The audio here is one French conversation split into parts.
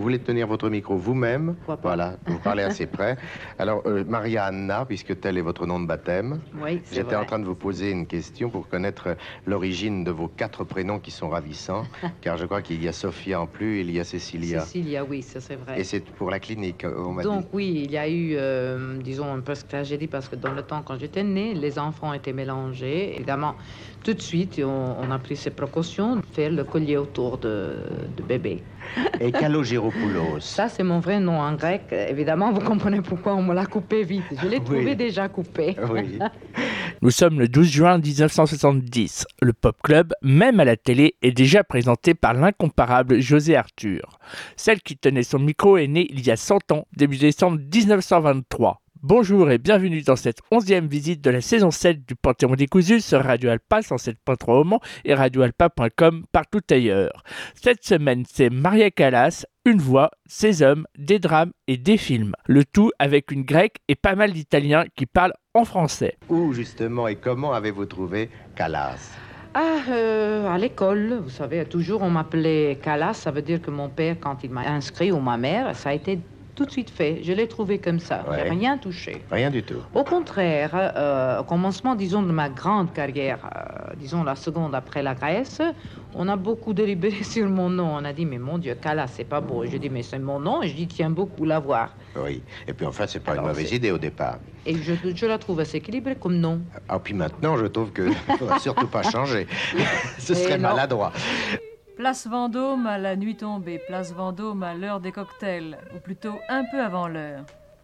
voulez tenir votre micro vous-même? Voilà, vous parlez assez près. Alors, Maria Anna, puisque tel est votre nom de baptême, oui, c'est j'étais vrai. en train de vous poser une question pour connaître l'origine de vos 4 prénoms qui sont ravissants, car je crois qu'il y a Sophia en plus, il y a Cécilia. Cécilia, oui, ça c'est vrai. Et c'est pour la clinique, on m'a dit. Donc oui, il y a eu, disons, un peu de tragédie parce que dans le temps quand j'étais née, les enfants étaient mélangés. Évidemment, tout de suite, on a pris ses précautions de faire le collier autour de bébé. Et Kalogéropoulos. Ça, c'est mon vrai nom en grec. Évidemment, vous comprenez pourquoi on me l'a coupé vite. Je l'ai trouvé déjà coupé. Oui. Nous sommes le 12 juin 1970. Le Pop Club, même à la télé, est déjà présenté par l'incomparable José Arthur. Celle qui tenait son micro est née il y a 100 ans, début décembre 1923. Bonjour et bienvenue dans cette 11e visite de la saison 7 du Panthéon décousu sur Radio Alpa 107.3 au Mans et radioalpa.com partout ailleurs. Cette semaine, c'est Maria Callas, une voix, ses hommes, des drames et des films. Le tout avec une grecque et pas mal d'Italiens qui parlent en français. Où justement et comment avez-vous trouvé Callas? À l'école, vous savez, toujours on m'appelait Callas. Ça veut dire que mon père, quand il m'a inscrit, ou ma mère, ça a été tout de suite fait. Je l'ai trouvé comme ça. Ouais. J'ai rien touché. Rien du tout. Au contraire, au commencement, disons, de ma grande carrière, disons la seconde après la Grèce, on a beaucoup délibéré sur mon nom. On a dit, mais mon Dieu, Callas, c'est pas beau. Je dis, mais c'est mon nom, et je dis, tiens beaucoup l'avoir. Oui. Et puis enfin, c'est pas Alors, une mauvaise idée au départ. Et je la trouve assez équilibrée comme nom. Ah, puis maintenant, je trouve que ne faudra surtout pas changer. Ce serait non. maladroit. Place Vendôme à la nuit tombée, place Vendôme à l'heure des cocktails, ou plutôt un peu avant l'heure.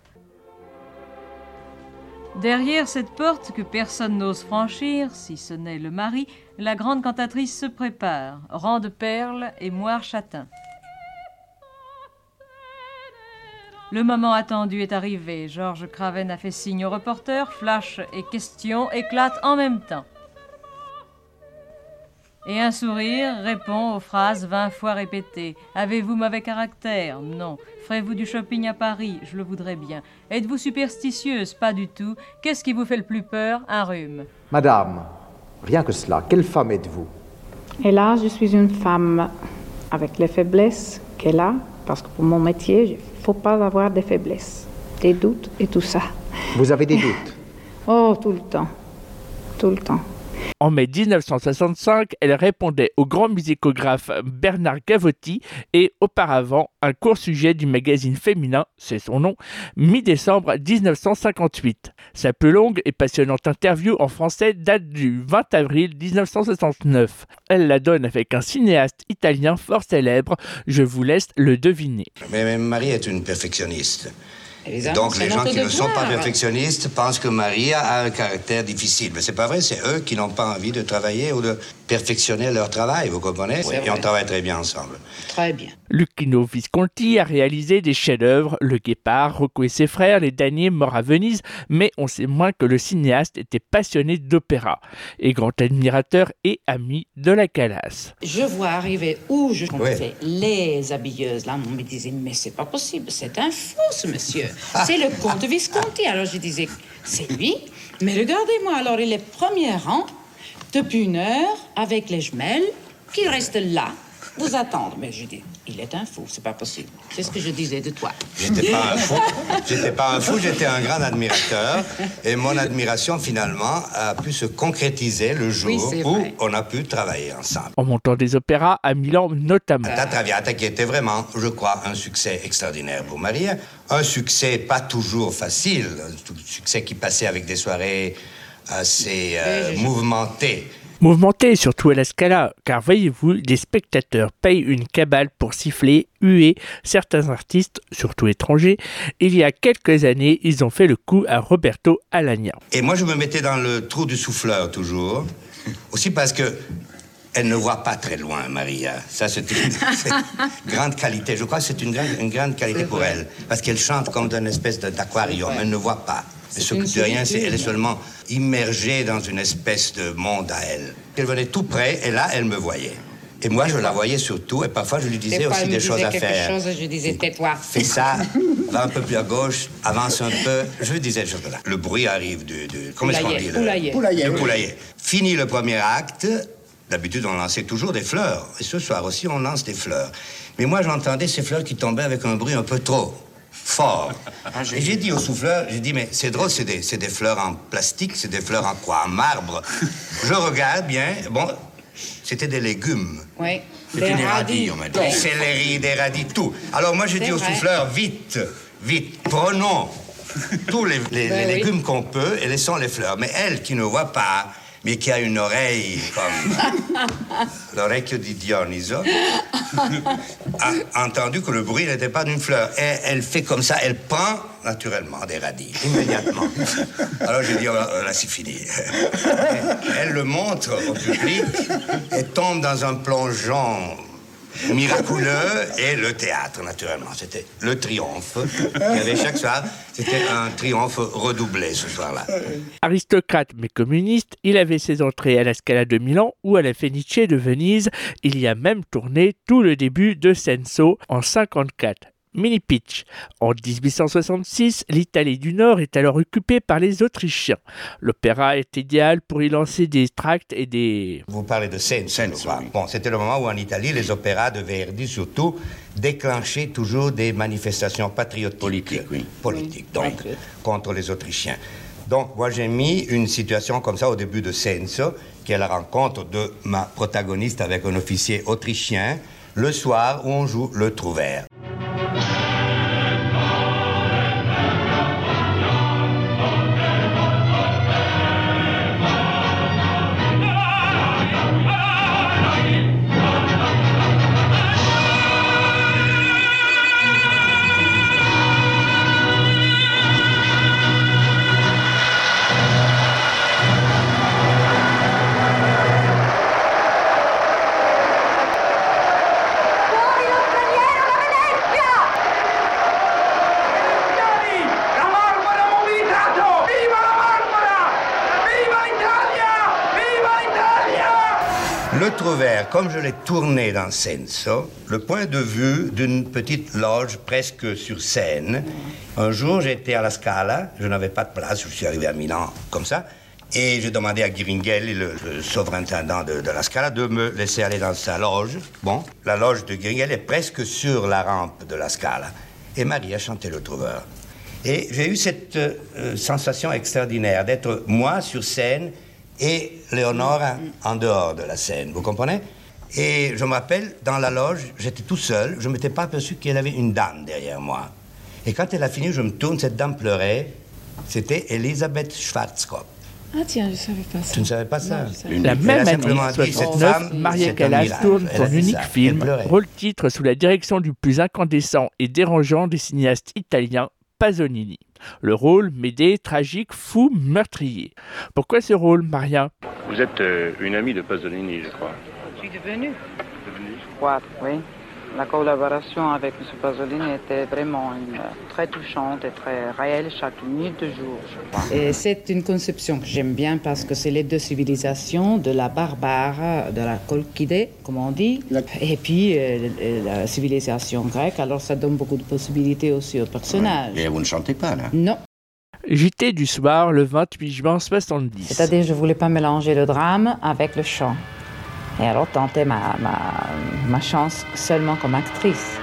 Derrière cette porte que personne n'ose franchir, si ce n'est le mari, la grande cantatrice se prépare, rang de perles et moire châtain. Le moment attendu est arrivé. Georges Craven a fait signe au reporter, flash et question éclatent en même temps. Et un sourire répond aux phrases 20 fois répétées. Avez-vous mauvais caractère? Non. Ferez-vous du shopping à Paris? Je le voudrais bien. Êtes-vous superstitieuse? Pas du tout. Qu'est-ce qui vous fait le plus peur? Un rhume. Madame, rien que cela, quelle femme êtes-vous? Et là, je suis une femme avec les faiblesses qu'elle a, parce que pour mon métier, il ne faut pas avoir des faiblesses, des doutes et tout ça. Vous avez des doutes? Oh, tout le temps. Tout le temps. En mai 1965, elle répondait au grand musicographe Bernard Gavotti et auparavant un court sujet du magazine féminin, c'est son nom, mi-décembre 1958. Sa plus longue et passionnante interview en français date du 20 avril 1969. Elle la donne avec un cinéaste italien fort célèbre, je vous laisse le deviner. Mais Marie est une perfectionniste. Évidemment, Donc les gens qui ne sont pas perfectionnistes pensent que Maria a un caractère difficile. Mais c'est pas vrai, c'est eux qui n'ont pas envie de travailler ou de perfectionner leur travail, vous comprenez? Et on travaille très bien ensemble. Très bien. Luchino Visconti a réalisé des chefs-d'œuvre, Le Guépard, Rocco et ses frères, Les Damnés, Mort à Venise, mais on sait moins que le cinéaste était passionné d'opéra et grand admirateur et ami de la Callas. Je vois arriver où je comptais les habilleuses. Là, on me disait, mais c'est pas possible, c'est un fou, ce monsieur. C'est le comte Visconti. Alors je disais, c'est lui. Mais regardez-moi, alors il est premier rang, depuis 1 heure, avec les jumelles, qu'il reste là, vous attendre. Mais je dis, il est un fou, c'est pas possible. C'est ce que je disais de toi. J'étais pas un fou, j'étais un grand admirateur. Et mon admiration, finalement, a pu se concrétiser le jour où on a pu travailler ensemble. En montant des opéras à Milan notamment. La Traviata qui était vraiment, je crois, un succès extraordinaire pour Maria. Un succès pas toujours facile, un succès qui passait avec des soirées assez mouvementées. Mouvementé et surtout à la Scala, car voyez-vous, les spectateurs payent une cabale pour siffler, huer certains artistes, surtout étrangers. Il y a quelques années, ils ont fait le coup à Roberto Alagna. Et moi, je me mettais dans le trou du souffleur, toujours. Aussi parce que elle ne voit pas très loin, Maria. Ça, c'est une grande qualité. Je crois que c'est une grande qualité pour elle. Parce qu'elle chante comme dans une espèce d'aquarium. Elle ne voit pas. Elle ne s'occupe de rien, elle est seulement immergée dans une espèce de monde à elle. Elle venait tout près, et là, elle me voyait. Et moi, je la voyais surtout, et parfois, je lui disais aussi des choses à faire. Je disais, tais-toi. Fais ça, va un peu plus à gauche, avance un peu. Je lui disais des choses là. Le bruit arrive du comment est-ce qu'on dit? Poulailler. Le poulailler. Fini le premier acte, D'habitude, on lançait toujours des fleurs. Et ce soir aussi, on lance des fleurs. Mais moi, j'entendais ces fleurs qui tombaient avec un bruit un peu trop fort. Et j'ai dit au souffleur, mais c'est drôle, c'est des fleurs en plastique, c'est des fleurs en quoi? En marbre. Je regarde bien, bon, c'était des légumes. Oui. C'était des radis, on m'a dit. Céleri, des radis, tout. Alors moi, j'ai dit au souffleur, vite, prenons tous les légumes qu'on peut et laissons les fleurs. Mais elle, qui ne voit pas, mais qui a une oreille comme l'orecchio di Dioniso, a entendu que le bruit n'était pas d'une fleur. Et elle fait comme ça, elle prend naturellement des radis, immédiatement. Alors j'ai dit, oh, là c'est fini. Elle le montre au public et tombe dans un plongeon miraculeux et le théâtre, naturellement. C'était le triomphe qu'il y avait chaque soir. C'était un triomphe redoublé ce soir-là. Aristocrate mais communiste, il avait ses entrées à la Scala de Milan ou à la Fenice de Venise. Il y a même tourné tout le début de Senso en 1954. Mini pitch. En 1866, l'Italie du Nord est alors occupée par les Autrichiens. L'opéra est idéal pour y lancer des tracts et des... Vous parlez de Senso. Bon, c'était le moment où en Italie, les opéras de Verdi surtout déclenchaient toujours des manifestations patriotiques. Politiques, donc, contre les Autrichiens. Donc, moi, j'ai mis une situation comme ça au début de Senso, qui est la rencontre de ma protagoniste avec un officier autrichien, le soir où on joue le Trouvère. Le Trouvère, comme je l'ai tourné dans Senso, le point de vue d'une petite loge presque sur scène. Un jour, j'étais à la Scala, je n'avais pas de place, je suis arrivé à Milan comme ça, et j'ai demandé à Ghiringhelli, le surintendant de la Scala, de me laisser aller dans sa loge. Bon, la loge de Ghiringhelli est presque sur la rampe de la Scala. Et Maria chantait le Trouvère. Et j'ai eu cette sensation extraordinaire d'être moi sur scène et Léonore en dehors de la scène, vous comprenez? Et je me rappelle, dans la loge, j'étais tout seul, je ne m'étais pas aperçu qu'il y avait une dame derrière moi. Et quand elle a fini, je me tourne, cette dame pleurait, c'était Elisabeth Schwarzkopf. Ah tiens, je ne savais pas ça. Tu ne savais pas ça? Non, La même année, 1969, Maria Callas tourne son unique film, rôle-titre sous la direction du plus incandescent et dérangeant des cinéastes italiens, Pasolini. Le rôle, Médée, tragique, fou, meurtrier. Pourquoi ce rôle, Maria? Vous êtes une amie de Pasolini, je crois. Je suis devenue. Je crois, oui. La collaboration avec M. Pasolini était vraiment très touchante et très réelle chaque minute de jour, je crois. Et c'est une conception que j'aime bien parce que c'est les deux civilisations, de la barbare, de la colchide, comme on dit, et puis la civilisation grecque. Alors ça donne beaucoup de possibilités aussi aux personnages. Et vous ne chantez pas, là? Non. JT du soir, le 28 juin 70. C'est-à-dire, je ne voulais pas mélanger le drame avec le chant. E alors tenter ma chance seulement come actrice.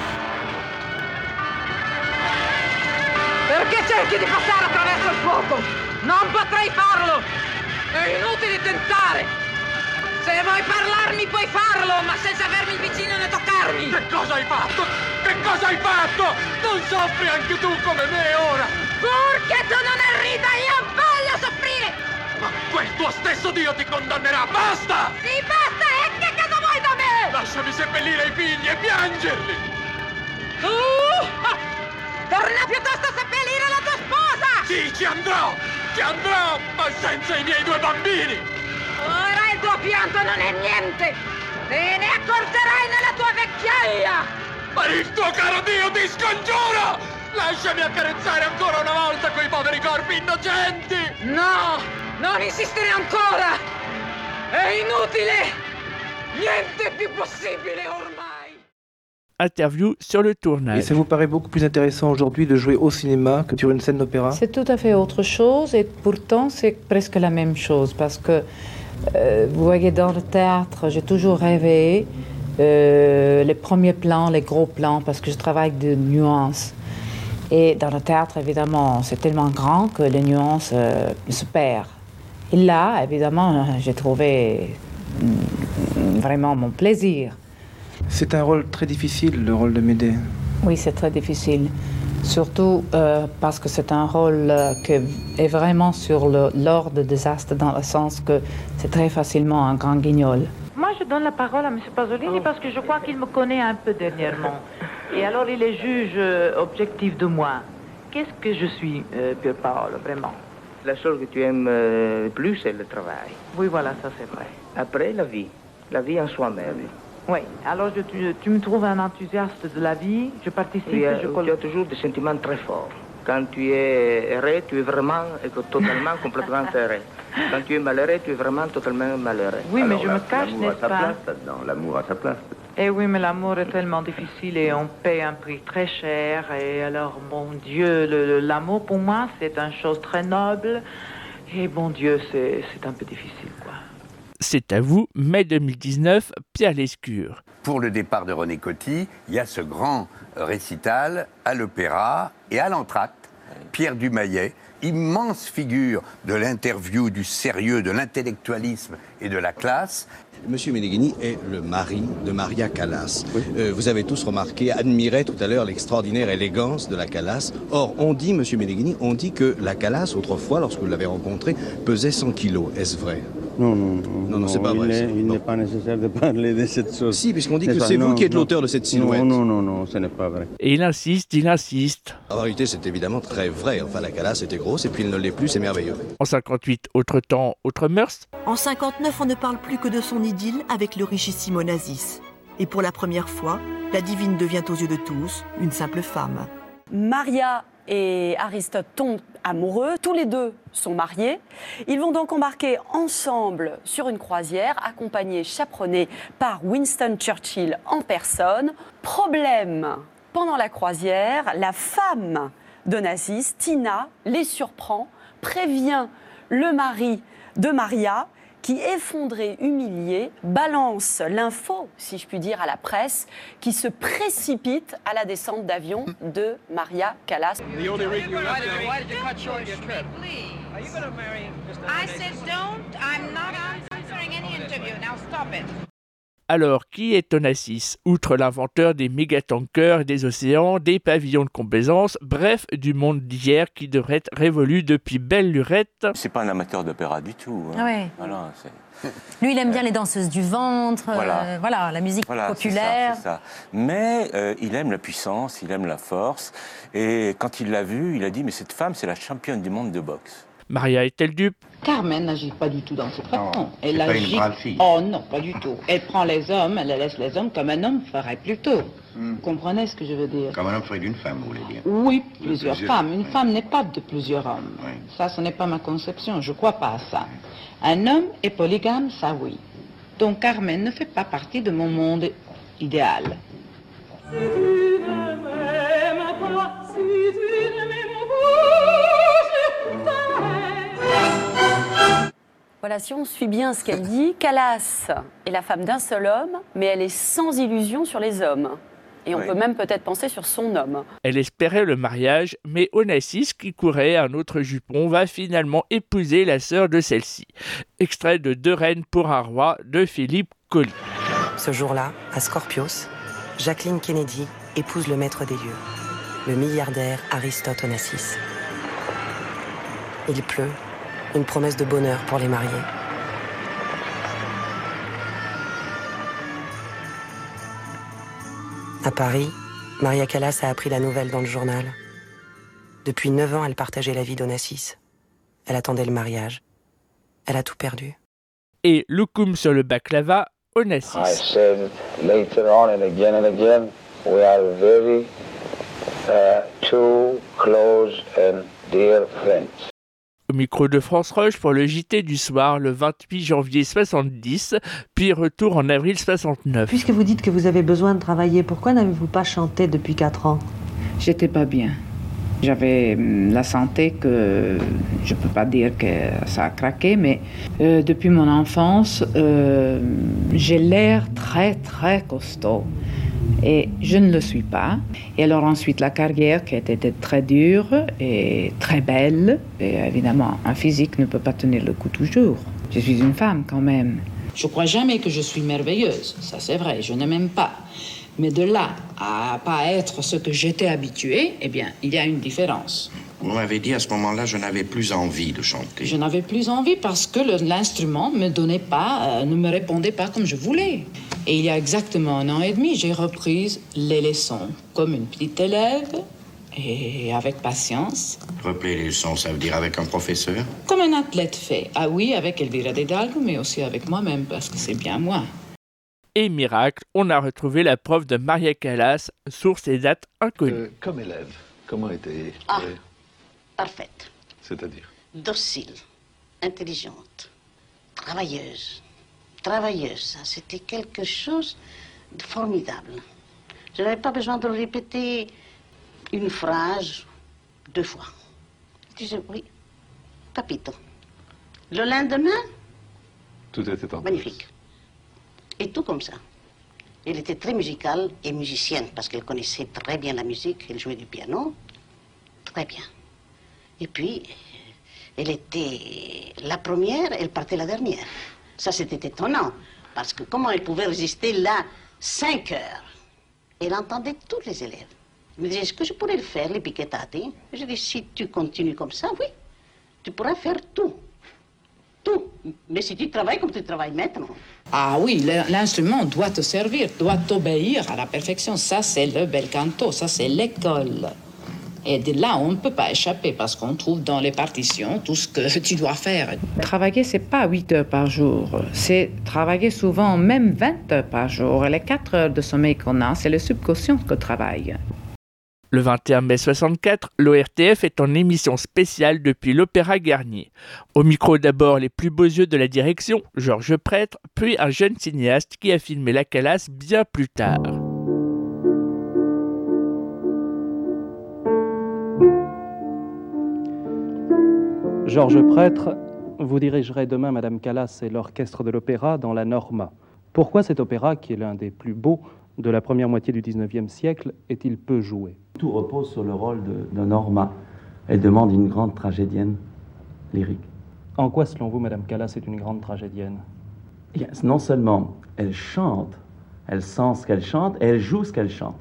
Perché cerchi di passare attraverso il fuoco? Non potrei farlo! È inutile tentare! Se vuoi parlarmi puoi farlo, ma senza avermi vicino né toccarmi! Che cosa hai fatto? Che cosa hai fatto? Non soffri anche tu come me ora! Perché tu non è rida, io voglio soffrire! Ma quel tuo stesso Dio ti condannerà, basta! Sì, basta! E che cosa vuoi da me? Lasciami seppellire i figli e piangerli! Torna piuttosto a seppellire la tua sposa! Sì, ci andrò, ma senza i miei 2 bambini! Ora il tuo pianto non è niente! Te ne accorgerai nella tua vecchiaia! Ma il tuo caro Dio ti scongiuro! Lasciami accarezzare ancora una volta quei poveri corpi innocenti! No! Non insistere ancora! È inutile! Niente di possibile ormai! Interview sur le tournage. Et ça vous paraît beaucoup plus intéressant aujourd'hui de jouer au cinéma que sur une scène d'opéra? C'est tout à fait autre chose et pourtant c'est presque la même chose parce que Vous voyez, dans le théâtre, j'ai toujours rêvé les premiers plans, les gros plans, parce que je travaille avec des nuances. Et dans le théâtre, évidemment, c'est tellement grand que les nuances se perdent. Et là, évidemment, j'ai trouvé vraiment mon plaisir. C'est un rôle très difficile, le rôle de Médée. Oui, c'est très difficile. Surtout parce que c'est un rôle qui est vraiment sur l'ordre des astres, dans le sens que c'est très facilement un grand guignol. Moi, je donne la parole à M. Pasolini parce que je crois qu'il me connaît un peu dernièrement. Et alors, il est juge objectif de moi. Qu'est-ce que je suis, Pier Paolo, vraiment? La chose que tu aimes le plus, c'est le travail. Oui, voilà, ça c'est vrai. Après, la vie en soi-même. Oui, alors tu me trouves un enthousiaste de la vie, je participe, tu as toujours des sentiments très forts. Quand tu es heureux, tu es vraiment totalement, complètement heureux. Quand tu es malheureux, tu es vraiment totalement malheureux. Oui, alors, mais je me cache, n'est-ce pas? L'amour a sa place là-dedans, l'amour a sa place. Eh oui, mais l'amour est tellement difficile et on paie un prix très cher. Et alors, bon Dieu, l'amour pour moi, c'est une chose très noble. Et bon Dieu, c'est un peu difficile, quoi. C'est à vous, mai 2019, Pierre Lescure. Pour le départ de René Coty, il y a ce grand récital à l'Opéra et à l'entracte. Pierre Dumayet, immense figure de l'interview, du sérieux, de l'intellectualisme et de la classe. Monsieur Meneghini est le mari de Maria Callas. Oui. Vous avez tous remarqué, admiré tout à l'heure l'extraordinaire élégance de la Callas. Or, on dit, Monsieur Meneghini, on dit que la Callas, autrefois, lorsque vous l'avez rencontrée, pesait 100 kilos. Est-ce vrai ? Non, c'est pas vrai. Il n'est pas nécessaire de parler de cette chose. Si, puisqu'on dit que c'est vous qui êtes l'auteur de cette silhouette. Non, ce n'est pas vrai. Et il insiste. En réalité, c'est évidemment très vrai. Enfin, la Callas était grosse et puis elle ne l'est plus, c'est merveilleux. En 58, autre temps, autre mœurs. En 59, on ne parle plus que de son idylle avec le richissimo Onassis. Et pour la première fois, la divine devient aux yeux de tous une simple femme. Maria et Aristote tombent amoureux, tous les deux sont mariés. Ils vont donc embarquer ensemble sur une croisière, accompagnés, chaperonnés par Winston Churchill en personne. Problème, pendant la croisière, la femme d'Onassis, Tina, les surprend, prévient le mari de Maria, qui, effondré, humilié, balance l'info, si je puis dire, à la presse, qui se précipite à la descente d'avion de Maria Callas. Alors, qui est Onassis, outre l'inventeur des méga-tankers, des océans, des pavillons de complaisance, bref, du monde d'hier qui devrait être révolu depuis belle lurette? C'est pas un amateur d'opéra du tout. Hein. Ouais. Voilà, lui, il aime bien les danseuses du ventre, voilà la musique populaire. C'est ça. Mais il aime la puissance, il aime la force. Et quand il l'a vue, il a dit, mais cette femme, c'est la championne du monde de boxe. Maria est-elle dupe? Carmen n'agit pas du tout dans cette façon. Elle agit... Oh non, pas du tout. Elle prend les hommes, elle laisse les hommes comme un homme ferait plutôt. Vous comprenez ce que je veux dire? Comme un homme ferait d'une femme, vous voulez dire? Oui, plusieurs femmes. Une femme n'est pas de plusieurs hommes. Oui. Ça, ce n'est pas ma conception. Je ne crois pas à ça. Un homme est polygame, ça oui. Donc Carmen ne fait pas partie de mon monde idéal. Si tu ne m'aimes pas, si tu ne m'aimes pas, voilà, si on suit bien ce qu'elle dit, Callas est la femme d'un seul homme, mais elle est sans illusion sur les hommes. Et on peut même peut-être penser sur son homme. Elle espérait le mariage, mais Onassis, qui courait un autre jupon, va finalement épouser la sœur de celle-ci. Extrait de Deux reines pour un roi de Philippe Colli. Ce jour-là, à Scorpios, Jacqueline Kennedy épouse le maître des lieux, le milliardaire Aristote Onassis. Il pleut, une promesse de bonheur pour les mariés. À Paris, Maria Callas a appris la nouvelle dans le journal. Depuis 9 ans, elle partageait la vie d'Onassis. Elle attendait le mariage. Elle a tout perdu. Et loukoum sur le baklava, Onassis. I said later on and again, we are very two close and dear friends. Au micro de France Roche pour le JT du soir, le 28 janvier 70, puis retour en avril 69. Puisque vous dites que vous avez besoin de travailler, pourquoi n'avez-vous pas chanté depuis 4 ans? J'étais pas bien. J'avais la santé que je ne peux pas dire que ça a craqué, mais depuis mon enfance, j'ai l'air très, très costaud. Et je ne le suis pas. Et alors ensuite, la carrière qui a été très dure et très belle. Et évidemment, un physique ne peut pas tenir le coup toujours. Je suis une femme quand même. Je crois jamais que je suis merveilleuse, ça c'est vrai, je ne m'aime pas. Mais de là à pas être ce que j'étais habituée, eh bien, il y a une différence. Vous m'avez dit à ce moment-là, je n'avais plus envie de chanter. Je n'avais plus envie parce que l'instrument ne me répondait pas comme je voulais. Et il y a exactement 1 an et demi, j'ai repris les leçons comme une petite élève et avec patience. Repris les leçons, ça veut dire avec un professeur? Comme un athlète fait. Ah oui, avec Elvira Hidalgo, mais aussi avec moi-même, parce que c'est bien moi. Et miracle, on a retrouvé la prof de Maria Callas, source et date inconnues. Comme élève, comment était... Parfaite. C'est-à-dire? Docile, intelligente, travailleuse. Travailleuse, ça, c'était quelque chose de formidable. Je n'avais pas besoin de répéter une phrase 2 fois. Je disais oui, papito. Le lendemain, tout était en magnifique. Et tout comme ça. Elle était très musicale et musicienne parce qu'elle connaissait très bien la musique, elle jouait du piano, très bien. Et puis, elle était la première, elle partait la dernière. Ça, c'était étonnant, parce que comment elle pouvait résister là 5 heures? Elle entendait tous les élèves. Elle me disait, est-ce que je pourrais le faire, les picchettati? Je dis, si tu continues comme ça, oui, tu pourras faire tout. Tout. Mais si tu travailles comme tu travailles maintenant. Ah oui, l'instrument doit te servir, doit t'obéir à la perfection. Ça, c'est le bel canto, ça, c'est l'école. Et de là, on ne peut pas échapper parce qu'on trouve dans les partitions tout ce que tu dois faire. Travailler, c'est pas 8 heures par jour. C'est travailler souvent même 20 heures par jour. Et les 4 heures de sommeil qu'on a, c'est le subconscient que travaille. Le 21 mai 64, l'ORTF est en émission spéciale depuis l'Opéra Garnier. Au micro d'abord les plus beaux yeux de la direction, Georges Prêtre, puis un jeune cinéaste qui a filmé la Callas bien plus tard. Georges Prêtre, vous dirigerez demain Madame Callas et l'orchestre de l'opéra dans la Norma. Pourquoi cet opéra, qui est l'un des plus beaux de la première moitié du XIXe siècle, est-il peu joué? Tout repose sur le rôle de Norma. Elle demande une grande tragédienne lyrique. En quoi, selon vous, Madame Callas est une grande tragédienne? Non seulement elle chante, elle sent ce qu'elle chante, et elle joue ce qu'elle chante.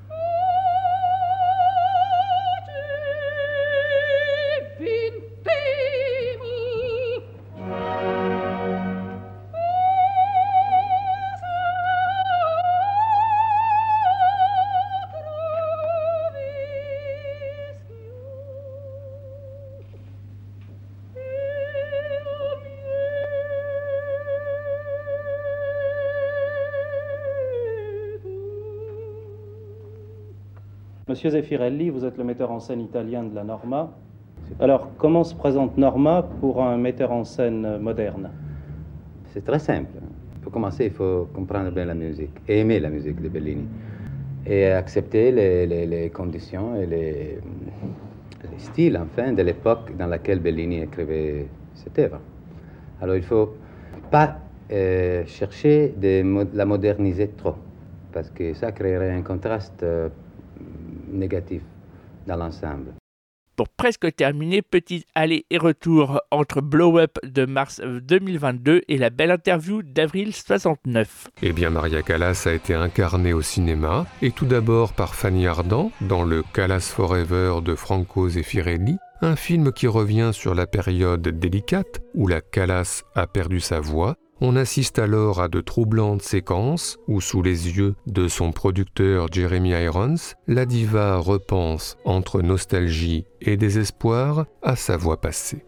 Monsieur Zeffirelli, vous êtes le metteur en scène italien de la Norma. Alors, comment se présente Norma pour un metteur en scène moderne? C'est très simple. Pour commencer, il faut comprendre bien la musique et aimer la musique de Bellini. Et accepter les conditions et les styles, enfin, de l'époque dans laquelle Bellini écrivait cette œuvre. Alors, il ne faut pas chercher de la moderniser trop, parce que ça créerait un contraste négatif dans l'ensemble. Pour presque terminer, petit aller et retour entre Blow Up de mars 2022 et la belle interview d'avril 69. Eh bien, Maria Callas a été incarnée au cinéma, et tout d'abord par Fanny Ardant dans le Callas Forever de Franco Zeffirelli, un film qui revient sur la période délicate où la Callas a perdu sa voix. On assiste alors à de troublantes séquences où, sous les yeux de son producteur Jeremy Irons, la diva repense, entre nostalgie et désespoir, à sa voix passée.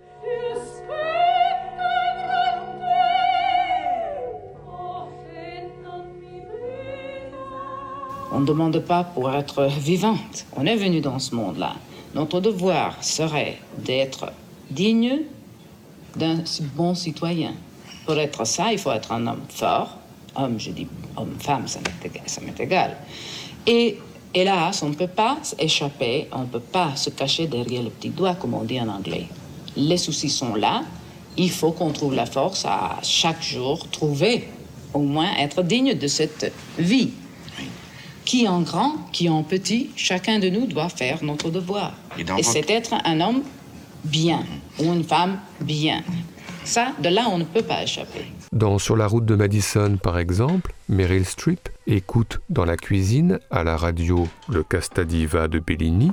On ne demande pas pour être vivante. On est venu dans ce monde-là. Notre devoir serait d'être digne d'un bon citoyen. Pour être ça, il faut être un homme fort. Homme, je dis homme-femme, ça m'est égal. Et Hélas, on ne peut pas échapper, on ne peut pas se cacher derrière le petit doigt, comme on dit en anglais. Les soucis sont là, il faut qu'on trouve la force à chaque jour trouver, au moins être digne de cette vie. Qui en grand, qui en petit, chacun de nous doit faire notre devoir. Et c'est être un homme bien, ou une femme bien. Ça, de là, on ne peut pas échapper. Dans Sur la route de Madison, par exemple, Meryl Streep écoute dans la cuisine, à la radio, le Casta Diva de Bellini.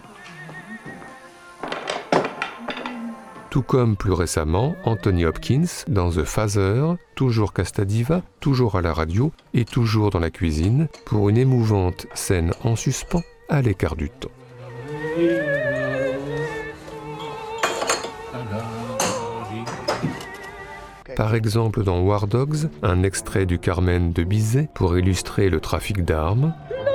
Tout comme plus récemment, Anthony Hopkins dans The Father, toujours Casta Diva, toujours à la radio et toujours dans la cuisine, pour une émouvante scène en suspens à l'écart du temps. Par exemple dans War Dogs, un extrait du Carmen de Bizet pour illustrer le trafic d'armes.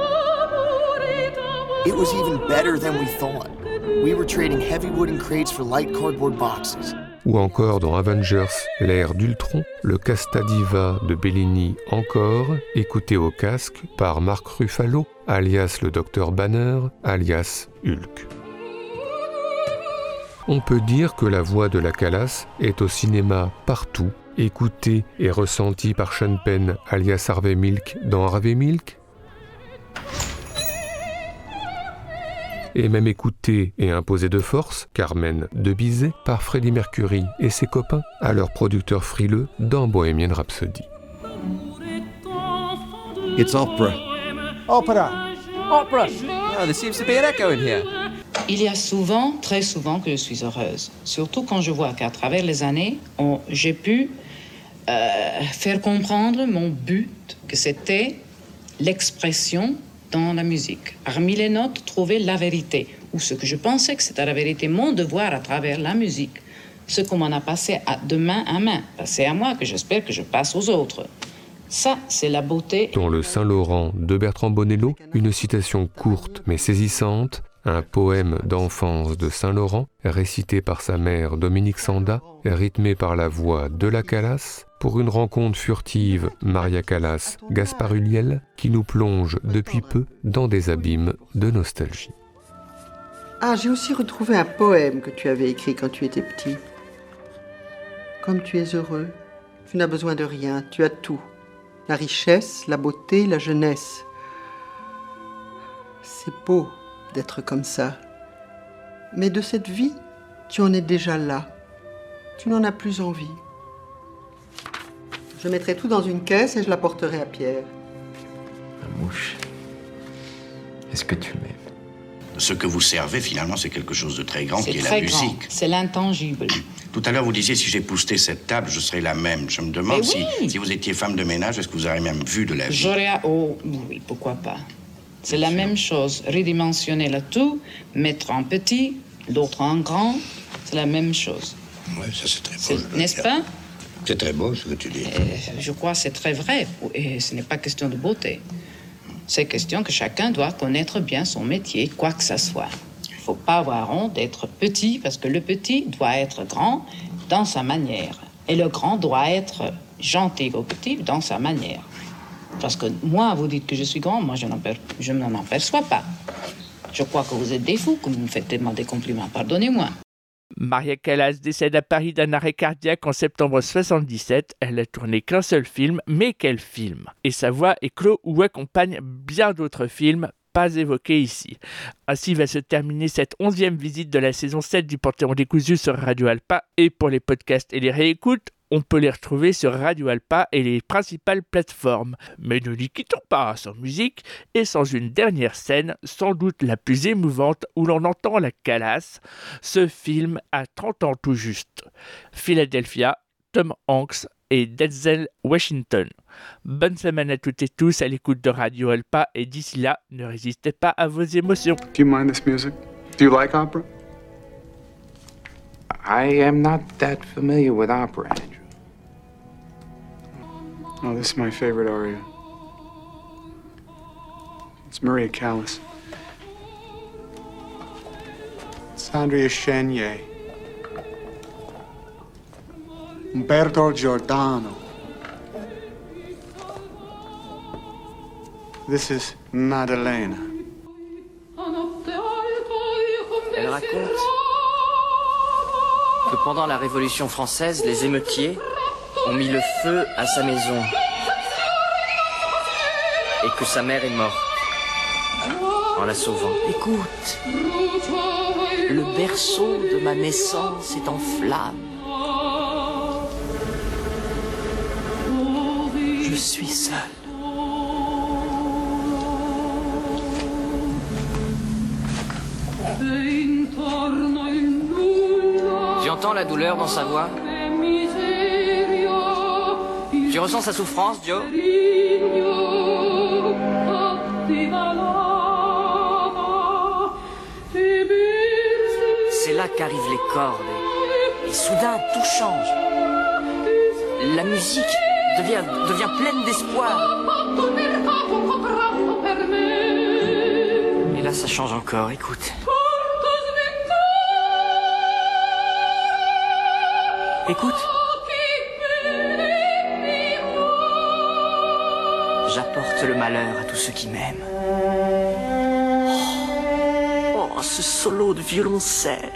It was even better than we thought. We were trading heavy wooden crates for light cardboard boxes. Ou encore dans Avengers, l'ère d'Ultron, le Casta Diva de Bellini encore, écouté au casque par Mark Ruffalo, alias le Dr Banner, alias Hulk. On peut dire que la voix de la Callas est au cinéma partout, écoutée et ressentie par Sean Penn, alias Harvey Milk, dans Harvey Milk, et même écoutée et imposée de force, Carmen de Bizet, par Freddie Mercury et ses copains, à leur producteur frileux dans Bohemian Rhapsody. It's opera. Opera. Opera. Oh, there seems to be an echo in here. Il y a souvent, très souvent, que je suis heureuse. Surtout quand je vois qu'à travers les années, j'ai pu faire comprendre mon but, que c'était l'expression dans la musique. Parmi les notes, trouver la vérité, ou ce que je pensais que c'était la vérité, mon devoir à travers la musique. Ce qu'on m'en a passé de main à main, passé à moi, que j'espère que je passe aux autres. Ça, c'est la beauté. Dans le Saint-Laurent de Bertrand Bonello, une citation courte mais saisissante, un poème d'enfance de Saint-Laurent, récité par sa mère Dominique Sanda, rythmé par la voix de la Callas, pour une rencontre furtive Maria Callas, Gaspard Ulliel, qui nous plonge depuis peu dans des abîmes de nostalgie. Ah, j'ai aussi retrouvé un poème que tu avais écrit quand tu étais petit. Comme tu es heureux, tu n'as besoin de rien, tu as tout. La richesse, la beauté, la jeunesse. C'est beau d'être comme ça. Mais de cette vie, tu en es déjà là. Tu n'en as plus envie. Je mettrai tout dans une caisse et je la porterai à Pierre. Mouche, est-ce que tu m'aimes? Ce que vous servez, finalement, c'est quelque chose de très grand, qui est la musique. C'est l'intangible. Tout à l'heure, vous disiez, si j'époussetais cette table, je serais la même. Je me demande si vous étiez femme de ménage, est-ce que vous auriez même vu de la vie? Oh, oui, pourquoi pas. C'est la même chose. Redimensionner le tout, mettre en petit, l'autre en grand, c'est la même chose. Oui, ça c'est très beau. N'est-ce pas? C'est très beau ce que tu dis. Je crois que c'est très vrai. Et ce n'est pas question de beauté. C'est question que chacun doit connaître bien son métier, quoi que ça soit. Il ne faut pas avoir honte d'être petit, parce que le petit doit être grand dans sa manière. Et le grand doit être gentil au petit dans sa manière. Parce que moi, vous dites que je suis grand, moi je n'en aperçois pas. Je crois que vous êtes des fous, que vous me faites tellement des compliments, pardonnez-moi. Maria Callas décède à Paris d'un arrêt cardiaque en septembre 1977. Elle n'a tourné qu'un seul film, mais quel film! Et sa voix éclot ou accompagne bien d'autres films, pas évoqués ici. Ainsi va se terminer cette 11e visite de la saison 7 du Panthéon décousu sur Radio Alpa. Et pour les podcasts et les réécoutes, on peut les retrouver sur Radio Alpa et les principales plateformes. Mais ne les quittons pas sans musique et sans une dernière scène, sans doute la plus émouvante, où l'on entend la Callas. Ce film a 30 ans tout juste. Philadelphia, Tom Hanks et Denzel Washington. Bonne semaine à toutes et tous à l'écoute de Radio Alpa et d'ici là, ne résistez pas à vos émotions. Do you mind this music? Do you like opera? I am not that familiar with opera, Andrew. Oh, this is my favorite aria. It's Maria Callas. It's Andrea Chenier. Umberto Giordano. This is Maddalena. raconte que pendant la Révolution française, les émeutiers ont mis le feu à sa maison et que sa mère est morte en la sauvant. Écoute, le berceau de ma naissance est en flammes. Je suis seul. Tu entends la douleur dans sa voix? Tu ressens sa souffrance, Joe? C'est là qu'arrivent les cordes et soudain tout change. La musique devient pleine d'espoir. Et là ça change encore, écoute. Écoute. J'apporte le malheur à tous ceux qui m'aiment. Oh, ce solo de violoncelle.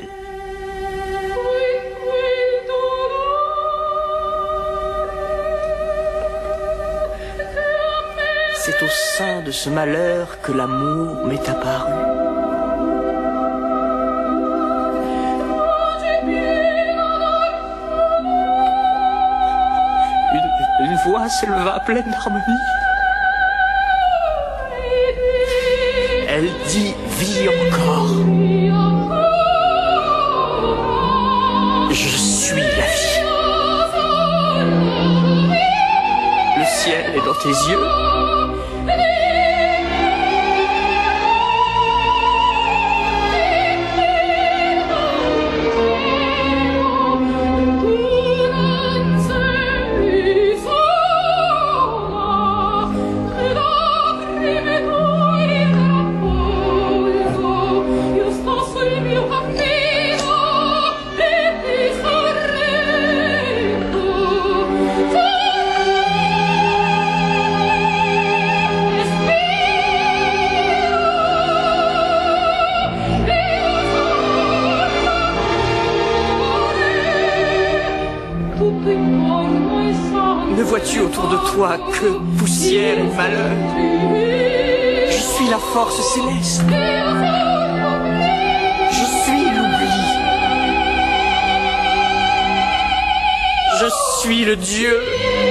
C'est au sein de ce malheur que l'amour m'est apparu. Une voix s'éleva pleine d'harmonie. Elle dit « Vis encore ». Je suis la vie. Le ciel est dans tes yeux. Ne vois-tu autour de toi que poussière et malheur? Je suis la force céleste. Je suis l'oubli. Je suis le Dieu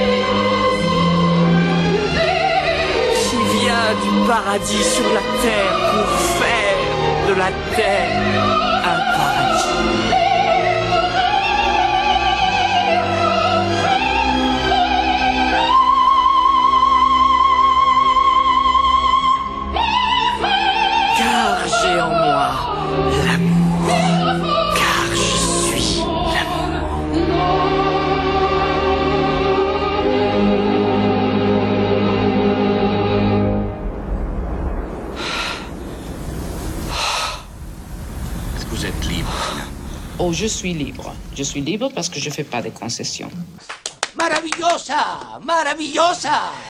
qui vient du paradis sur la terre pour faire de la terre un paradis. J'ai en moi l'amour, car je suis l'amour. Est-ce que vous êtes libre? Oh, je suis libre. Je suis libre parce que je ne fais pas de concessions. Maravillosa! Maravillosa!